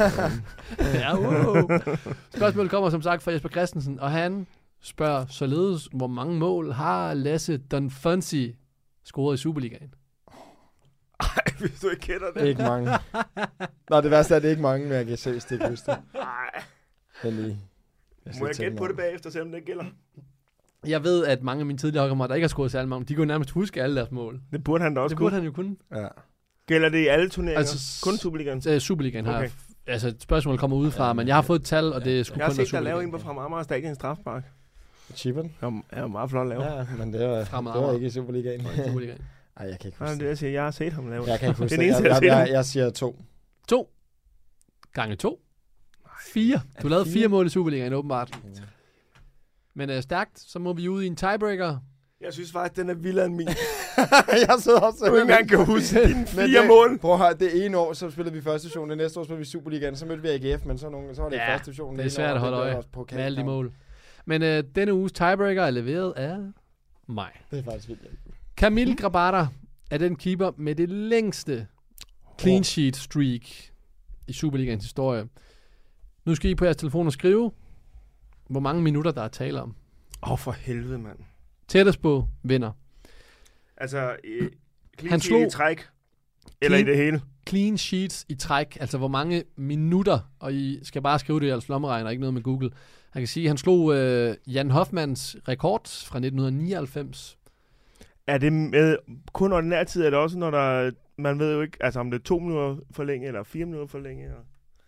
Ja, uh. Spørgsmålet kommer som sagt fra Jesper Christensen, og han spørger således, hvor mange mål har Lasse Don Fonsi scoret i Superligaen? Ej, hvis du ikke kender det. Ikke mange. Nå, det værste er, at det er ikke mange, men jeg kan se, stik huske det. Nej. Men lige. skal Må jeg tænke gætte på mig det om. bagefter, selvom det ikke gælder? Jeg ved, at mange af mine tidligere holdkammerater, der ikke har scoret særlig mange, de kunne nærmest huske alle deres mål. Det burde han da også Det burde kunne. han jo kunne. Ja. Gælder det i alle turneringer? Altså, Altså, kun Superligaen? Så Superligaen har, Okay. altså spørgsmålet kommer udefra, Ja, men jeg har fået et tal, og det er sgu Jeg har kun af set dig lave en Superligaen. på fra Amager Stadion strafspark. Chippen. Det var, det var meget flot lavet. Ja. Ja, men det var, Fremad det var Amager. ikke i Superligaen. Superligaen. Ej, jeg kan ikke Det er huske det, det. jeg siger. Jeg har set ham lave. Jeg kan ikke huske Det er det. den Jeg, eneste, jeg, jeg har jeg, set jeg siger to. To. Gange to. Fire. Du lavede fire? fire mål i Superligaen, åbenbart. Men øh, stærkt, så må vi ud i en tiebreaker. Jeg synes faktisk, den er vildere end min. jeg sidder også Du ikke engang kan huske dine Men fire det, mål. Prøv at høre, det ene år, så spillede vi første division, det næste år spillede vi Superligaen, så mødte vi A G F, men så, nogle, så var det Ja, første division. det er svært at holde øje med alle de mål. Men øh, denne uges tiebreaker er leveret af mig. Det er faktisk vildt. Camille Grabara er den keeper med det længste clean sheet streak i Superligaens historie. Nu skal I på jeres telefon og skrive, hvor mange minutter der er tale om. Åh, oh, for helvede, mand. Tættest på vinder. Altså, øh, clean Han sheet slog- i træk. Eller Clean- i det hele. Clean sheets i træk, altså hvor mange minutter, og I skal bare skrive det i jeres lommeregner, ikke noget med Google. Han kan sige, at han slog øh, Jan Hoffmanns rekord fra nitten nioghalvfems. Er det med kun ordinær tid, eller også når der... Man ved jo ikke, altså om det er to minutter for længe, eller fire minutter for længe. Eller?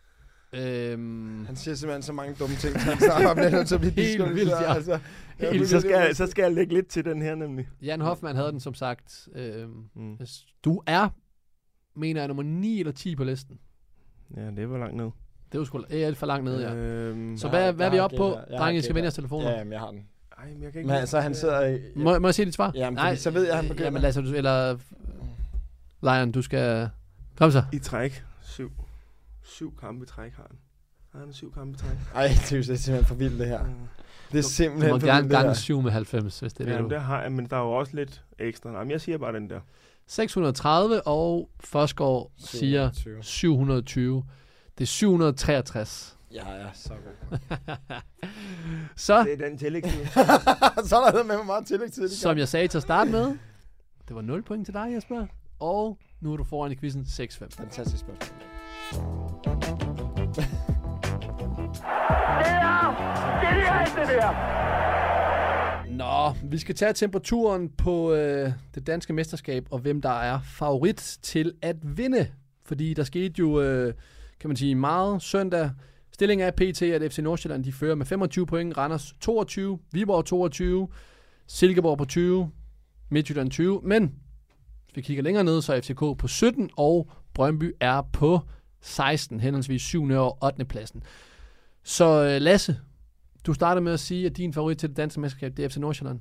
Øhm, Han siger simpelthen så mange dumme ting, så han snakker om det, så bliver Helt vildt, ja. Altså, jeg Helt Så skal, jeg, så skal jeg lægge lidt til den her, nemlig. Jan Hoffmann havde den som sagt. Øhm, Mm. Du er, mener jeg, nummer ni eller ti på listen. Ja, det var langt ned. Det er jo sgu det er alt for langt nede, ja. Øhm, Så Jeg hvad, har- hvad er jeg vi har oppe på? gætter. Jeg har Drenge, I skal gætter. vende jeres telefoner. Ja, jamen, jeg har den. Nej, men jeg kan ikke... Men altså, han sidder i... Må, må jeg sige dit svar? Jamen, fordi så ved jeg, at han begynder. Jamen, Lasse, du, eller... Lion, du skal... Kom så. I træk. Syv. Syv kampe i træk har han. Har han syv kampe i træk? Ej, det er jo simpelthen for vildt, det her. Det er Du simpelthen må for gerne vildt, det gange her. syv med halvfems, hvis det er Jamen, det, du... det har jeg, men der er jo også lidt ekstra. Jamen, jeg siger bare den der. seks hundrede og tredive, og Forsgaard siger syv hundrede og tyve. Det er syv hundrede og treogtres. Ja, ja, så godt. Så, Det er den tillægstid. Så er der med mig meget tillægstid. som jeg sagde til at starte med, det var nul point til dig, Jesper. Og nu er du foran i quizzen seks fem. Fantastisk spørgsmål. Nå, vi skal tage temperaturen på øh, det danske mesterskab, og hvem der er favorit til at vinde. Fordi der skete jo, øh, kan man sige, meget søndag. Stillingen er P T, at F C Nordsjælland de fører med femogtyve point, Randers toogtyve, Viborg toogtyve, Silkeborg på tyve, Midtjylland tyve. Men hvis vi kigger længere ned, så er F C K på sytten, og Brøndby er på seksten, henholdsvis syvende og ottende pladsen. Så øh, Lasse, du startede med at sige, at din favorit til det danske mesterskab, det er F C Nordsjælland.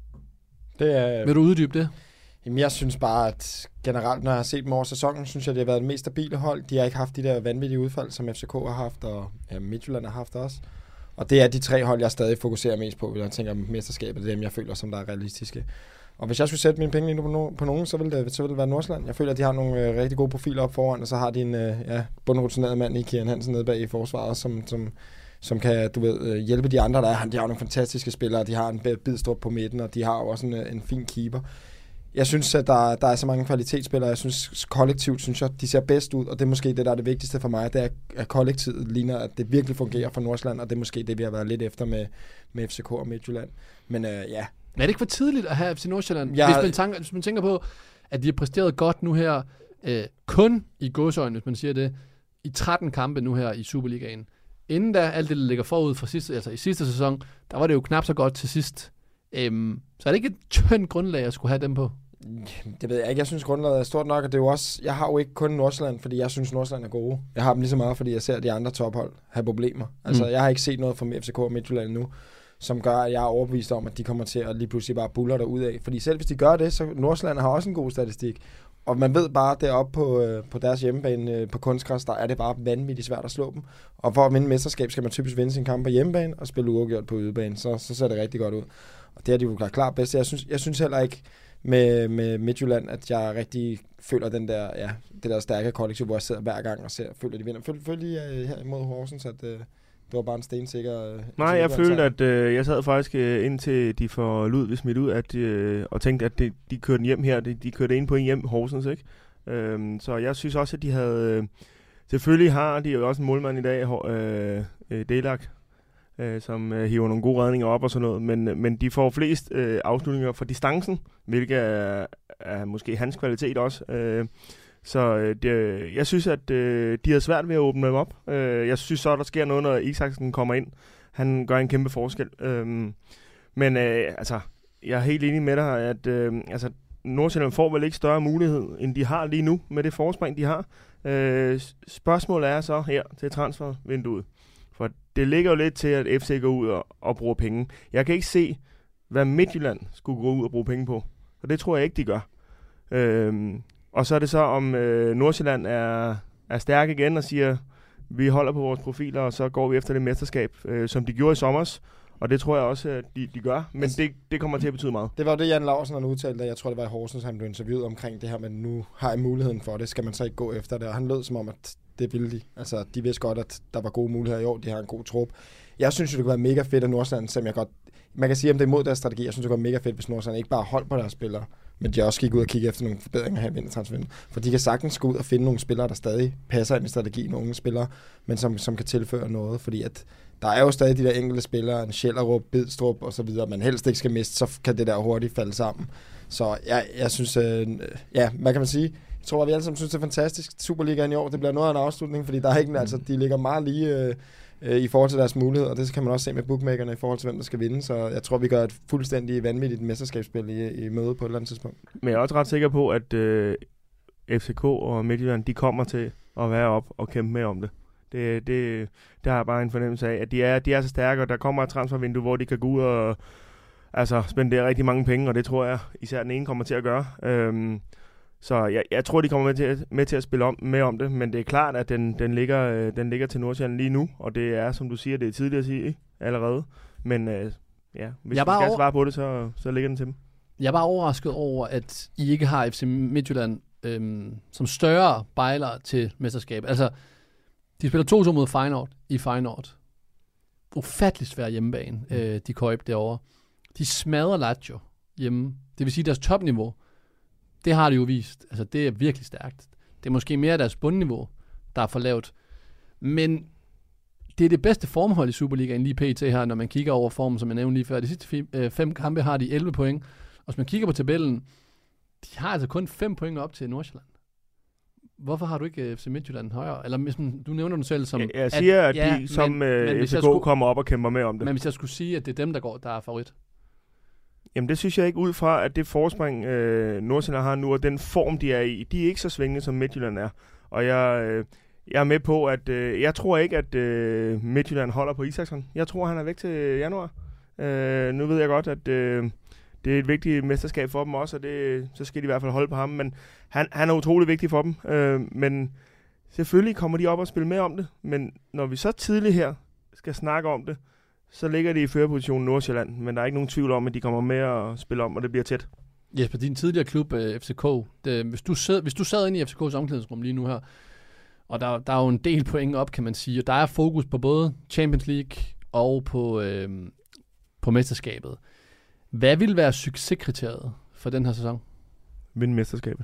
Det er... Vil du uddybe det? Jamen, jeg synes bare, at generelt, når jeg har set dem over sæsonen, synes jeg, det har været det mest stabile hold. De har ikke haft de der vanvittige udfald, som F C K har haft, og ja, Midtjylland har haft også. Og det er de tre hold, jeg stadig fokuserer mest på, når jeg tænker om mesterskabet. Det er dem, jeg føler, som der er realistiske. Og hvis jeg skulle sætte mine penge lige nu på, no- på nogen, så ville, det, så ville det være Nordsjælland. Jeg føler, at de har nogle øh, rigtig gode profiler op foran, og så har de en øh, ja, bundrutineret mand i Kieran Hansen nede bag i forsvaret, som... som som kan, du ved, hjælpe de andre, der er. De har nogle fantastiske spillere, de har en Bidstrup på midten, og de har også en, en fin keeper. Jeg synes, at der, der er så mange kvalitetsspillere. Jeg synes, kollektivt synes jeg, de ser bedst ud, og det er måske det, der er det vigtigste for mig. Det er, at kollektivet ligner, at det virkelig fungerer for Nordsjælland, og det er måske det, vi har været lidt efter med, med F C K og Midtjylland. Men øh, ja. Er det ikke for tidligt at have F C Nordsjælland? Jeg- Hvis man, tænker, hvis man tænker på, at de har præsteret godt nu her, øh, kun i godsøjne, hvis man siger det, i tretten kampe nu her i Superligaen. Inden da, alt det, der ligger forud fra sidste, altså i sidste sæson, der var det jo knap så godt til sidst. Øhm, så er det ikke et tyndt grundlag, at skulle have dem på? Det ved jeg ikke. Jeg synes, grundlaget er stort nok, og det er jo også... Jeg har jo ikke kun Nordsjælland, fordi jeg synes, Nordsjælland er gode. Jeg har dem lige så meget, fordi jeg ser de andre tophold have problemer. Altså, Mm. jeg har ikke set noget fra F C K og Midtjylland nu, som gør, at jeg er overbevist om, at de kommer til at lige pludselig bare buller derudad. Fordi selv hvis de gør det, så Nordsjælland har også en god statistik. Og man ved bare, deroppe på, øh, på deres hjemmebane øh, på kunstgræs, der er det bare vanvittigt svært at slå dem. Og for at vinde mesterskab, skal man typisk vinde sin kamp på hjemmebane og spille uafgjort på udebane. Så, så ser det rigtig godt ud. Og det er de jo klart bedst. Jeg synes, jeg synes heller ikke med, med Midtjylland, at jeg rigtig føler den der, ja, det der stærke kollektiv, hvor jeg sidder hver gang og ser, føler, de vinder. Føler, føler de øh, her imod Horsens, at øh, det var bare en stensikker... Øh, Nej, jeg følte, at øh, jeg sad faktisk øh, indtil de får Ludvig smidt ud, at, øh, og tænkte, at de, de kørte hjem her. De, de kørte ind på en hjem Horsens, ikke? Øhm, så jeg synes også, at de havde... Øh, selvfølgelig har de jo også en målmand i dag, øh, øh, Delak, øh, som øh, hiver nogle gode redninger op og sådan noget, men, men de får flest øh, afslutninger fra distancen, hvilket er, er måske hans kvalitet også. Øh, så øh, det, jeg synes, at øh, de har svært ved at åbne dem op. Øh, jeg synes så, at der sker noget, når Isaksen kommer ind. Han gør en kæmpe forskel. Øh, men øh, altså, jeg er helt enig med dig, at øh, altså, Nordsjælland får vel ikke større mulighed, end de har lige nu, med det forspring, de har. Øh, spørgsmålet er så her til transfervinduet. For det ligger jo lidt til, at F C går ud og, og bruger penge. Jeg kan ikke se, hvad Midtjylland skulle gå ud og bruge penge på. Og det tror jeg ikke, de gør. Øh, og så er det så, om øh, Nordsjælland er, er stærk igen og siger, vi holder på vores profiler, og så går vi efter det mesterskab, øh, som de gjorde i sommers. Og det tror jeg også, at de, de gør. Men det, det kommer til at betyde meget. Det var jo det, Jan Laursen han udtalte, jeg tror, det var i Horsens, han blev interviewet omkring det her, men nu har jeg muligheden for det. Skal man så ikke gå efter det? Og han lød som om, at det ville de. Altså, de vidste godt, at der var gode muligheder i år. De har en god trup. Jeg synes jo, det kunne være mega fedt, at Nordsjælland, som jeg godt... Man kan sige, om det er imod deres strategi. Jeg synes, det kunne være mega fedt, hvis Nordsjælland ikke bare holdt på deres spillere, men de også gik ud og kigge efter nogle forbedringer her i vintertransfervinduet. For de kan sagtens gå ud og finde nogle spillere, der stadig passer ind i strategien, nogle spillere, men som, som kan tilføre noget, fordi at der er jo stadig de der enkelte spillere, en Schellerup, Bidstrup og så videre, man helst ikke skal miste, så kan det der hurtigt falde sammen. Så jeg, jeg synes, øh, ja, hvad kan man sige? Jeg tror, at vi alle sammen synes, det er fantastisk. Superligaen i år, det bliver noget af en afslutning, fordi der er ikke, altså, de ligger meget lige øh, øh, i forhold til deres muligheder, og det kan man også se med bookmakerne i forhold til, hvem der skal vinde. Så jeg tror, vi gør et fuldstændig vanvittigt mesterskabsspil i, i møde på et eller andet tidspunkt. Men jeg er også ret sikker på, at øh, F C K og Midtjylland, de kommer til at være op og kæmpe med om det. Det, det, det har jeg bare en fornemmelse af, at de er, de er så stærke, og der kommer et transfervindue, hvor de kan gå ud og, altså spendere rigtig mange penge, og det tror jeg især den ene kommer til at gøre. Øhm, så jeg, jeg tror, de kommer med til, med til at spille om, med om det, men det er klart, at den, den, ligger, øh, den ligger til Nordsjælland lige nu, og det er, som du siger, det er tidligt at sige ikke? Allerede. Men øh, ja, hvis jeg vi skal over... svare på det, så, så ligger den til dem. Jeg er bare overrasket over, at I ikke har F C Midtjylland øhm, som større bejler til mesterskab. Altså, de spiller to to mod Feyenoord i Feyenoord. Ufatteligt svær hjemmebane, mm. øh, de køb derovre. De smadrer Lazio hjemme. Det vil sige, deres topniveau, det har de jo vist. Altså, det er virkelig stærkt. Det er måske mere deres bundniveau, der er for lavt. Men det er det bedste formhold i Superligaen lige pt. Her, når man kigger over formen, som jeg nævnte lige før. De sidste fem, øh, fem kampe har de elleve point. Og hvis man kigger på tabellen, de har altså kun fem point op til Nordsjælland. Hvorfor har du ikke F C Midtjylland højere? Eller hvis man, du nævner dem selv som... Jeg, jeg siger, at, at ja, de som men, øh, men F C K skulle, kommer op og kæmper med om det. Men hvis jeg skulle sige, at det er dem, der går, der er favorit. Jamen det synes jeg ikke ud fra, at det forspring, øh, Nordsjælland har nu, og den form, de er i, de er ikke så svingende, som Midtjylland er. Og jeg, øh, jeg er med på, at øh, jeg tror ikke, at øh, Midtjylland holder på Isaksson. Jeg tror, han er væk til januar. Øh, nu ved jeg godt, at... Øh, det er et vigtigt mesterskab for dem også, og det, så skal de i hvert fald holde på ham. Men han, han er utrolig vigtig for dem. Øh, men selvfølgelig kommer de op og spille med om det. Men når vi så tidligt her skal snakke om det, så ligger de i førerpositionen Nordsjælland. Men der er ikke nogen tvivl om, at de kommer med at spille om, og det bliver tæt. Jesper, din tidligere klub, F C K, det, hvis, du sad, hvis du sad inde i F C K's omklædningsrum lige nu her, og der, der er jo en del point op, kan man sige, og der er fokus på både Champions League og på, øh, på mesterskabet. Hvad vil være succeskriteriet for den her sæson? Vinde mesterskabet.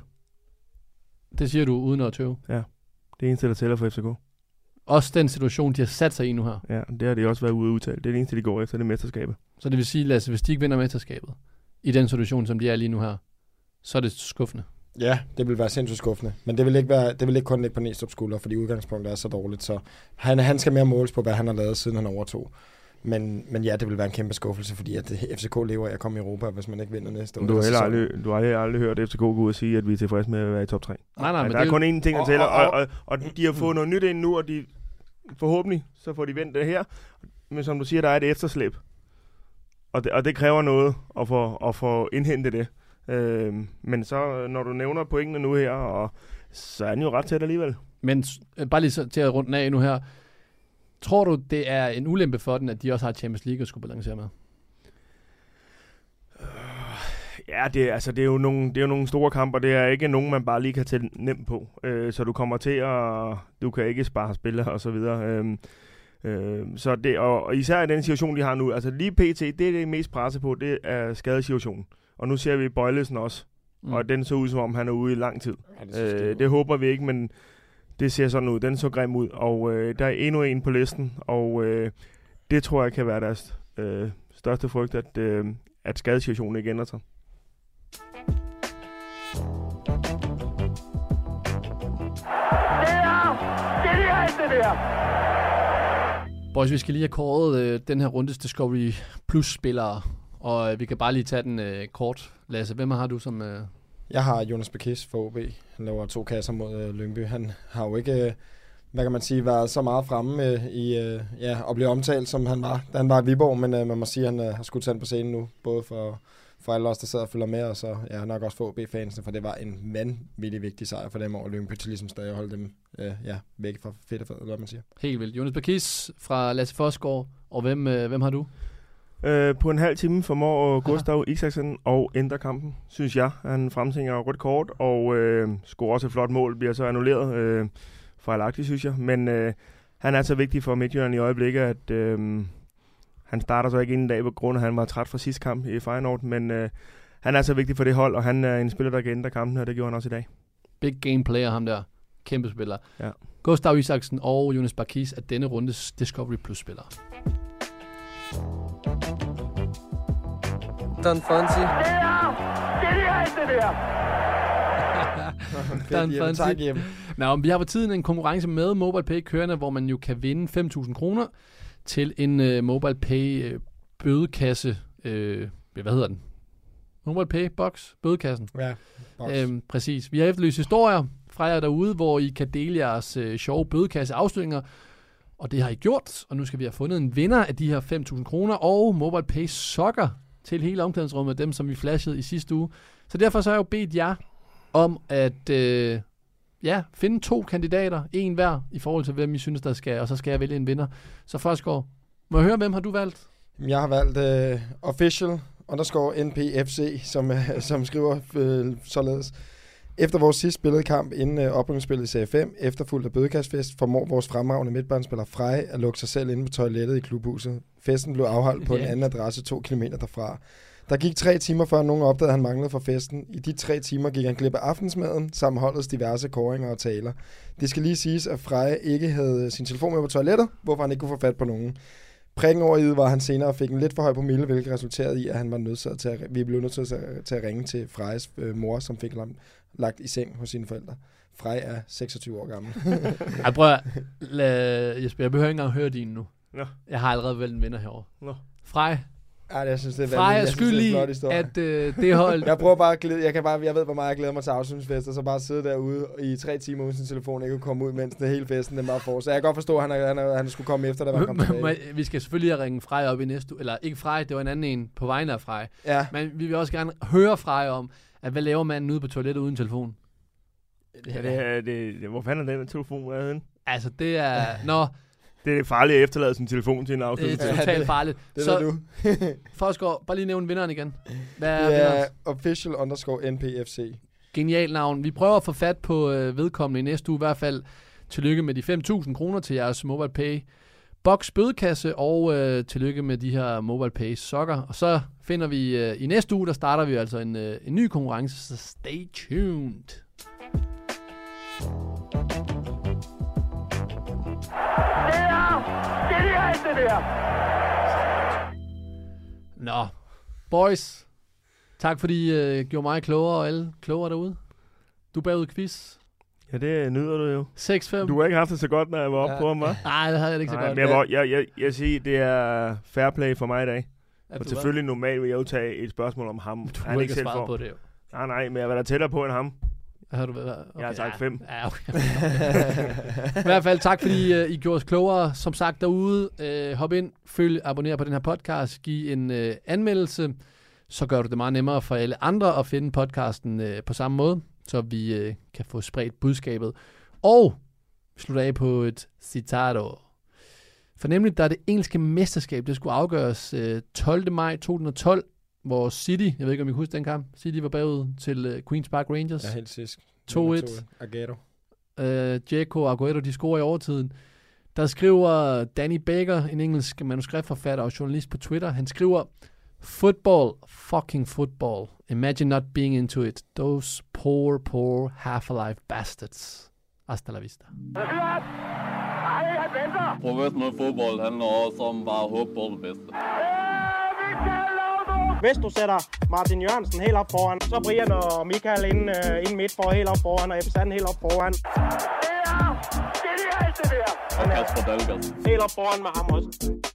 Det siger du uden at tøve? Ja, det eneste, der tæller for F C K. Også den situation, de har sat sig i nu her? Ja, det har de også været ude at udtale. Det er det eneste, de går efter, det er mesterskabet. Så det vil sige, Lasse, hvis de ikke vinder mesterskabet, i den situation, som de er lige nu her, så er det skuffende? Ja, det vil være sindssygt skuffende. Men det vil ikke, være, det vil ikke kun ligge på Næstrups skulder, fordi udgangspunktet er så dårligt. Så han, han skal mere måles på, hvad han har lavet, siden han overtog. Men, men ja, det vil være en kæmpe skuffelse, fordi at F C K lever af at komme i Europa, hvis man ikke vinder næste år. Du har heller aldrig, du har aldrig, aldrig hørt F C K gå ud og sige, at vi er tilfredse med at være i top tre. Nej, nej, men der er kun én ting at tælle, og, og, og, og de har fået mm. noget nyt ind nu, og de forhåbentlig, så får de vendt det her. Men som du siger, der er et efterslæb. Og det, og det kræver noget at få, at få indhentet det. Øh, men så, når du nævner pointene nu her, og, så er den jo ret tæt alligevel. Men bare lige så, til at runde af nu her. Tror du, det er en ulempe for den, at de også har Champions League at skulle balancere med? Uh, ja, det, altså, det, er jo nogle, det er jo nogle store kamper. Det er ikke nogen, man bare lige kan tage nemt på. Uh, så du kommer til at... Du kan ikke spare spillere og så videre. Uh, uh, så det, og, og især i den situation, de har nu. Altså lige P T, det er det mest presset på, det er skadesituationen. Og nu ser vi Bøjlesen også. Mm. Og den så ud, som om han er ude i lang tid. Ja, det, uh, det håber vi ikke, men... Det ser sådan ud. Den så grim ud. Og øh, der er endnu en på listen. Og øh, det tror jeg kan være deres øh, største frygt, at, øh, at skadesituationen ikke ændrer sig. Det er genialt, det der! Boys, vi skal lige have kåret øh, den her rundes Discovery Plus-spillere. Og øh, vi kan bare lige tage den øh, kort. Lasse, hvem har du som... Øh Jeg har Jonas Bakis for O B. Han laver to kasser mod øh, Lyngby. Han har jo ikke, øh, hvad kan man sige, været så meget fremme øh, i øh, ja, at blive omtalt, som han var, da han var i Viborg. Men øh, man må sige, at han øh, har skudt tage på scenen nu, både for, for alle os, der sidder og følger med, og så ja, nok også for O B-fansene, for det var en vanvittig vigtig sejr for dem over Lyngby, til ligesom stadig at holde dem øh, ja, væk fra fedt og fed, eller hvad man siger. Helt vildt. Jonas Bakis fra Lasse Forsgaard, og hvem, øh, hvem har du? Øh, på en halv time formår Gustav Isaksson og ændre kampen, synes jeg. Han fremtvinger rødt kort og øh, scorer også et flot mål, bliver så annulleret øh, fejlagtigt, synes jeg. Men øh, han er så vigtig for Midtjylland i øjeblikket, at øh, han starter så ikke inden dag på grund af, at han var træt fra sidste kamp i Feyenoord. Men øh, han er så vigtig for det hold, og han er en spiller, der kan ændre kampen, og det gjorde han også i dag. Big game player, ham der. Kæmpe spiller. Ja. Gustav Isaksson og Jonas Bakis er denne rundes Discovery Plus-spillere. Dan Fancy. Det er genialt, det der! Dan Fancy. Nå, vi har for tiden en konkurrence med MobilePay kørende, hvor man jo kan vinde fem tusind kroner til en uh, MobilePay uh, bødekasse. Uh, hvad hedder den? MobilePay box, bødekassen. Ja, box. Øhm, præcis. Vi har efterlyst historier fra jer derude, hvor I kan dele jeres uh, sjove bødekasse afsløringer. Og det har I gjort, og nu skal vi have fundet en vinder af de her fem tusind kroner, og MobilePay sokker til hele omklædningsrummet, dem som vi flashede i sidste uge. Så derfor så har jeg jo bedt jer om at øh, ja, finde to kandidater, en hver, i forhold til hvem I synes, der skal, og så skal jeg vælge en vinder. Så først går, må jeg høre, hvem har du valgt? Jeg har valgt uh, official underscore N P F C, som, uh, som skriver uh, således. Efter vores sidste spillede kamp inden uh, oprykningsspillet i Serie fem, efterfulgt af bødekastfest, formår vores fremragende midtbanespiller Frej at lukke sig selv inde på toilettet i klubhuset. Festen blev afholdt på yeah. en anden adresse to kilometer derfra. Der gik tre timer, før nogen opdagede, at han manglede fra festen. I de tre timer gik han glip af aftensmaden, samt holdets diverse kåringer og taler. Det skal lige siges, at Freja ikke havde sin telefon med på toilettet, hvorfor han ikke kunne få fat på nogen. Prikken over i det var, at han senere fik en lidt for høj promille, hvilket resulterede i, at han var nødt til at, vi blev nødt til at, til at ringe til Frejas øh, mor, som fik lagt i seng hos sine forældre. Frej er seksogtyve år gammel. Ej, prøv at, lad, Jesper, jeg behøver ikke engang høre din nu. Nå. Jeg har allerede valgt en vinder herovre. Nå. Frej. Ej, jeg synes, det er Frej er skyld i, at øh, det hold... jeg prøver bare at glæde, jeg kan bare, jeg ved, hvor meget jeg glæder mig til afslutningsfest, og så bare sidde derude i tre timer uden sin telefon, ikke kunne komme ud, mens det hele festen den var for. Så jeg kan godt forstå, at han, er, han, er, han skulle komme efter, da han kom tilbage. Vi skal selvfølgelig ringe Frej op i næste uge, eller ikke Frej, det var en anden en på vegne af Frej. Ja. Men vi vil også gerne høre Frej om, at hvad laver manden ude på toilettet uden telefon? Ja, det er, det, det, hvor fanden er den med telefon er henne? Altså, det er... Nå, det er farligt at efterlade sin telefon til en afslutning. det er totalt det, farligt. Det så, ved du. Forsgaard, bare lige nævne vinderen igen. Hvad er det er vinderen? official underscore N P F C. Genial navn. Vi prøver at få fat på øh, vedkommende i næste uge i hvert fald. Tillykke med de fem tusind kroner til jeres MobilePay box bødekasse, og øh, tillykke med de her MobilePay sokker. Og så finder vi øh, i næste uge, der starter vi altså en, øh, en ny konkurrence, så stay tuned. Det der. Nå, boys. Tak fordi I uh, gjorde mig klogere og alle klogere derude. Du er bagud i quiz. Ja, det nyder du jo. seks fem. Du har ikke haft det så godt, når jeg var oppe ja. på ham, hva'? Nej, det havde jeg ikke så Nej, godt. Men jeg, jeg, jeg, jeg siger, det er fair play for mig i dag. At Og du selvfølgelig var? Normalt vil jeg jo tage et spørgsmål om ham. Du han har ikke ikke selv svaret for. på det jo. Nej, nej, men jeg var da tættere på end ham. Har du været? Okay, Jeg har sagt ja. fem. Ja, okay. I hvert fald tak, fordi uh, I gjorde os klogere. Som sagt derude, uh, hop ind, følg, abonner på den her podcast, giv en uh, anmeldelse. Så gør du det meget nemmere for alle andre at finde podcasten uh, på samme måde, så vi uh, kan få spredt budskabet. Og slutte af på et citato. For nemlig, der er det engelske mesterskab, det skulle afgøres uh, tolvte maj to tusind og tolv, hvor City, jeg ved ikke om I kan huske den kamp, City var bagud til uh, Queen's Park Rangers. Ja, helt sidst. to et. Aguero. Uh, Dzeko og Aguero, de scorer i overtiden. Der skriver Danny Baker, en engelsk manuskriptforfatter og journalist på Twitter, han skriver, football, fucking football. Imagine not being into it. Those poor, poor, half-alive bastards. Hasta la vista. Professionel fodbold handler også om bare at håbe på det bedste. Hvis du sætter Martin Jørgensen helt op foran, så Brian og Michael inden, uh, inden midt for helt op foran, og Ebbe Sand helt op foran. Det er genialt, det der. Og Kasper Dahlgaard. Helt op foran med ham også.